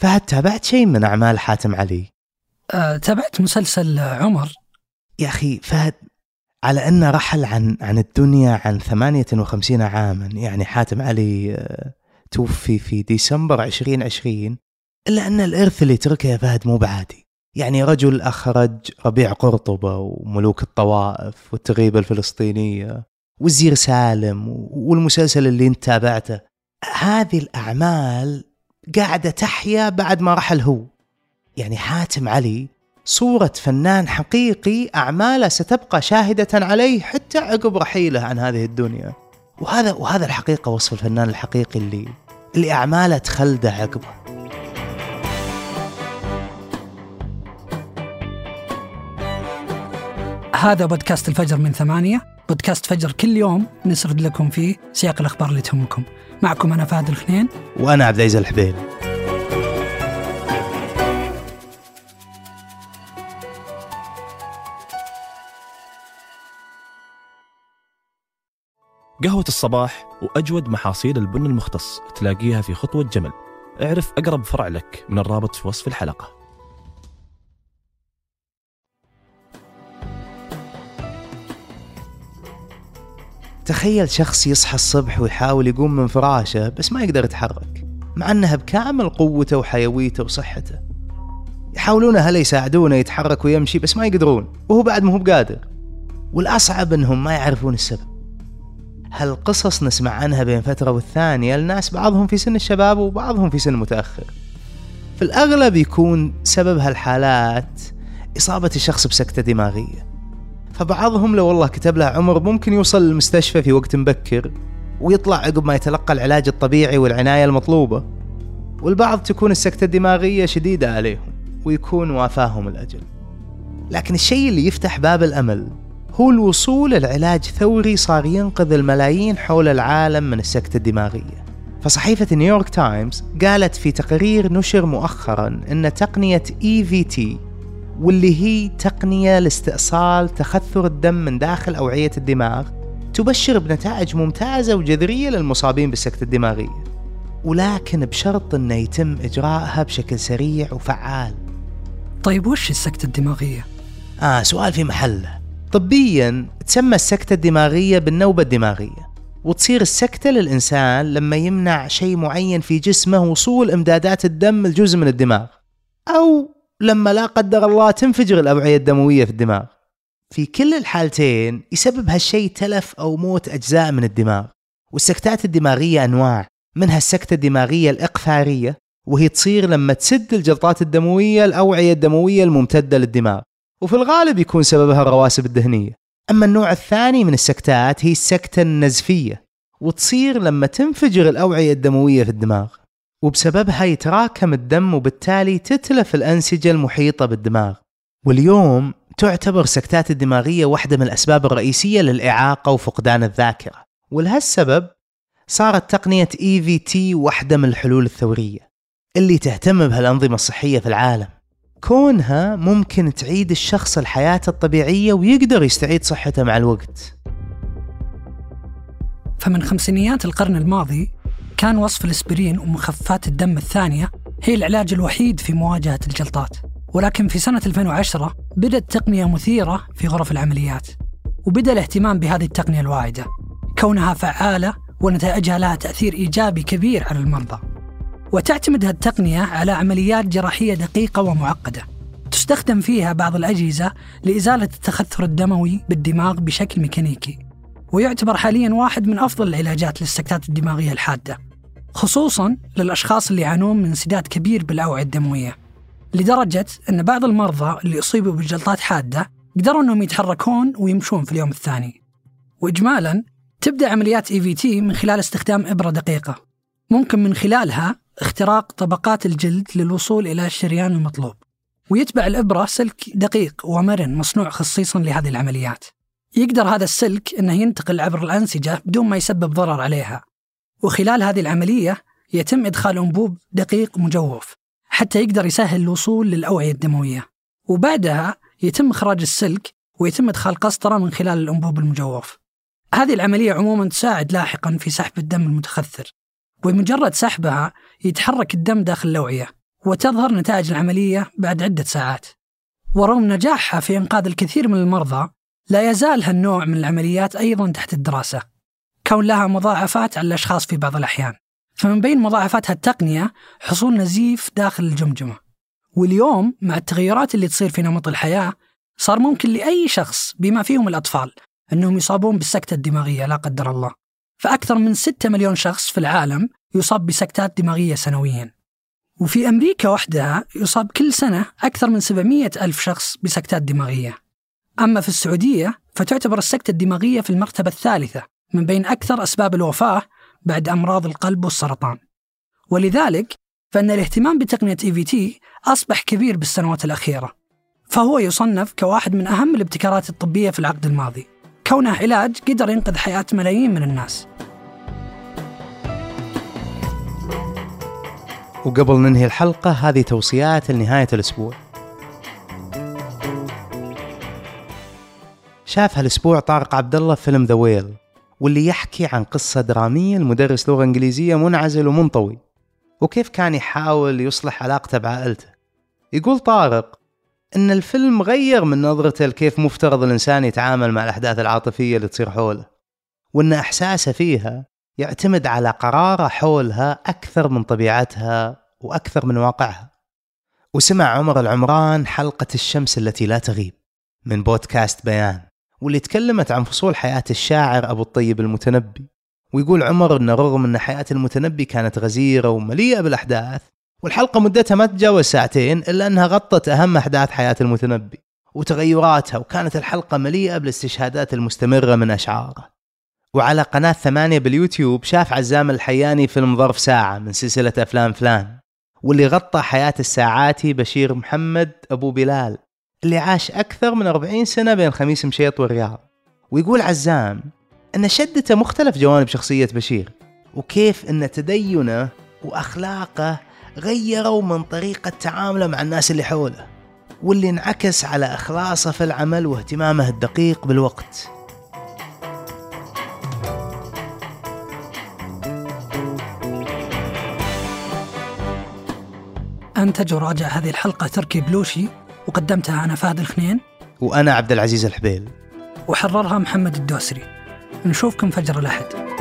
فهد، تابعت شيء من أعمال حاتم علي؟ تابعت مسلسل عمر. يا أخي فهد، على أنه رحل عن الدنيا عن 58 عاما، يعني حاتم علي توفي في ديسمبر 2020، إلا أن الإرث اللي تركه يا فهد مو بعادي. يعني رجل أخرج ربيع قرطبة وملوك الطوائف والتغيبة الفلسطينية والزير سالم والمسلسل اللي انت تابعته. هذه الأعمال قاعدة تحيا بعد ما رحل هو. يعني حاتم علي صورة فنان حقيقي، أعماله ستبقى شاهدة عليه حتى عقب رحيله عن هذه الدنيا. وهذا الحقيقة وصف الفنان الحقيقي اللي أعماله تخلده عقبه. هذا بودكاست الفجر من 8، بودكاست فجر كل يوم نسرد لكم فيه سياق الأخبار اللي تهمكم. معكم أنا فهد الخنين، وأنا عبد العزيز الحبيل. قهوة الصباح وأجود محاصيل البن المختص تلاقيها في خطوة جمل. اعرف أقرب فرع لك من الرابط في وصف الحلقة. تخيل شخص يصحى الصبح ويحاول يقوم من فراشه بس ما يقدر يتحرك، مع أنها بكامل قوته وحيويته وصحته. يحاولون أهله يساعدونه يتحرك ويمشي بس ما يقدرون، وهو بعد ما هو بقادر. والأصعب أنهم ما يعرفون السبب. هالقصص نسمع عنها بين فترة والثانية الناس، بعضهم في سن الشباب وبعضهم في سن متأخر. في الأغلب يكون سبب هالحالات إصابة الشخص بسكتة دماغية، فبعضهم لو والله كتب له عمر ممكن يوصل للمستشفى في وقت مبكر ويطلع عقب ما يتلقى العلاج الطبيعي والعناية المطلوبة. والبعض تكون السكتة الدماغية شديدة عليهم ويكون وافاهم الأجل. لكن الشيء اللي يفتح باب الأمل هو الوصول لعلاج ثوري صار ينقذ الملايين حول العالم من السكتة الدماغية. فصحيفة نيويورك تايمز قالت في تقرير نشر مؤخرا أن تقنية EVT، واللي هي تقنية لاستئصال تخثر الدم من داخل أوعية الدماغ، تبشر بنتائج ممتازة وجذرية للمصابين بالسكتة الدماغية، ولكن بشرط أنه يتم إجراءها بشكل سريع وفعال. طيب وش السكتة الدماغية؟ سؤال في محله. طبياً تسمى السكتة الدماغية بالنوبة الدماغية، وتصير السكتة للإنسان لما يمنع شيء معين في جسمه وصول إمدادات الدم الجزء من الدماغ، أو لما لا قدر الله تنفجر الأوعية الدموية في الدماغ. في كل الحالتين يسبب هالشيء تلف أو موت أجزاء من الدماغ. والسكتات الدماغية أنواع، منها السكتة الدماغية الإقفارية، وهي تصير لما تسد الجلطات الدموية الأوعية الدموية الممتدة للدماغ، وفي الغالب يكون سببها الرواسب الدهنية. أما النوع الثاني من السكتات هي السكتة النزفية، وتصير لما تنفجر الأوعية الدموية في الدماغ، وبسببها يتراكم الدم وبالتالي تتلف الأنسجة المحيطة بالدماغ. واليوم تعتبر السكتات الدماغية واحدة من الأسباب الرئيسية للإعاقة وفقدان الذاكرة. ولهالسبب صارت تقنية EVT واحدة من الحلول الثورية اللي تهتم بهالأنظمة الصحية في العالم، كونها ممكن تعيد الشخص الحياة الطبيعية ويقدر يستعيد صحته مع الوقت. فمن خمسينيات القرن الماضي كان وصف الإسبرين ومخففات الدم الثانية هي العلاج الوحيد في مواجهة الجلطات. ولكن في سنة 2010 بدأت تقنية مثيرة في غرف العمليات، وبدأ الاهتمام بهذه التقنية الواعدة كونها فعالة ونتائجها لها تأثير إيجابي كبير على المرضى. وتعتمد هذه التقنية على عمليات جراحية دقيقة ومعقدة، تستخدم فيها بعض الأجهزة لإزالة التخثر الدموي بالدماغ بشكل ميكانيكي، ويعتبر حالياً واحد من أفضل العلاجات للسكتات الدماغية الحادة، خصوصاً للأشخاص اللي يعانون من انسداد كبير بالأوعية الدموية، لدرجة أن بعض المرضى اللي أصيبوا بجلطات حادة قدروا أنهم يتحركون ويمشون في اليوم الثاني. وإجمالاً تبدأ عمليات EVT من خلال استخدام إبرة دقيقة، ممكن من خلالها اختراق طبقات الجلد للوصول إلى الشريان المطلوب، ويتبع الإبرة سلك دقيق ومرن مصنوع خصيصاً لهذه العمليات. يقدر هذا السلك أنه ينتقل عبر الأنسجة بدون ما يسبب ضرر عليها، وخلال هذه العملية يتم إدخال أنبوب دقيق مجوف حتى يقدر يسهل الوصول للأوعية الدموية، وبعدها يتم إخراج السلك ويتم إدخال قسطرة من خلال الأنبوب المجوف. هذه العملية عموماً تساعد لاحقاً في سحب الدم المتخثر، وبمجرد سحبها يتحرك الدم داخل الأوعية وتظهر نتائج العملية بعد عدة ساعات. ورغم نجاحها في إنقاذ الكثير من المرضى، لا يزال هالنوع من العمليات أيضاً تحت الدراسة، كون لها مضاعفات على الأشخاص في بعض الأحيان. فمن بين مضاعفاتها التقنية حصول نزيف داخل الجمجمة. واليوم مع التغيرات اللي تصير في نمط الحياة، صار ممكن لأي شخص بما فيهم الأطفال أنهم يصابون بالسكتة الدماغية لا قدر الله. فأكثر من 6 مليون شخص في العالم يصاب بسكتات دماغية سنوياً. وفي أمريكا وحدها يصاب كل سنة أكثر من 700 ألف شخص بسكتات دماغية. أما في السعودية فتعتبر السكتة الدماغية في المرتبة الثالثة من بين أكثر أسباب الوفاة بعد أمراض القلب والسرطان. ولذلك فإن الاهتمام بتقنية EVT أصبح كبير بالسنوات الأخيرة، فهو يصنف كواحد من أهم الابتكارات الطبية في العقد الماضي، كونه علاج قدر ينقذ حياة ملايين من الناس. وقبل ننهي الحلقة هذه توصيات لنهاية الأسبوع. شاف هالأسبوع طارق عبد الله فيلم ذا ويل، واللي يحكي عن قصة درامية لمدرس لغة إنجليزية منعزل ومنطوي، وكيف كان يحاول يصلح علاقته بعائلته. يقول طارق إن الفيلم غير من نظرته لكيف مفترض الإنسان يتعامل مع الأحداث العاطفية اللي تصير حوله، وإن إحساسه فيها يعتمد على قراره حولها أكثر من طبيعتها وأكثر من واقعها. وسمع عمر العمران حلقة الشمس التي لا تغيب من بودكاست بيان، واللي تكلمت عن فصول حياة الشاعر أبو الطيب المتنبي. ويقول عمر إن رغم أن حياة المتنبي كانت غزيرة ومليئة بالأحداث، والحلقة مدتها ما تتجاوز ساعتين، إلا أنها غطت أهم أحداث حياة المتنبي وتغيراتها، وكانت الحلقة مليئة بالاستشهادات المستمرة من أشعاره. وعلى قناة 8 باليوتيوب شاف عزام الحياني فيلم ظرف ساعة من سلسلة أفلام فلان، واللي غطى حياة الساعاتي بشير محمد أبو بلال، اللي عاش أكثر من 40 سنة بين خميس مشيط والرياض. ويقول عزام أن شدته مختلف جوانب شخصية بشير، وكيف أن تدينه وأخلاقه غيروا من طريقة تعامله مع الناس اللي حوله، واللي انعكس على إخلاصه في العمل واهتمامه الدقيق بالوقت. أنتج وراجع هذه الحلقة تركي بلوشي، وقدمتها أنا فهد الخنين، وأنا عبد العزيز الحبيل، وحررها محمد الدوسري. نشوفكم فجر الأحد.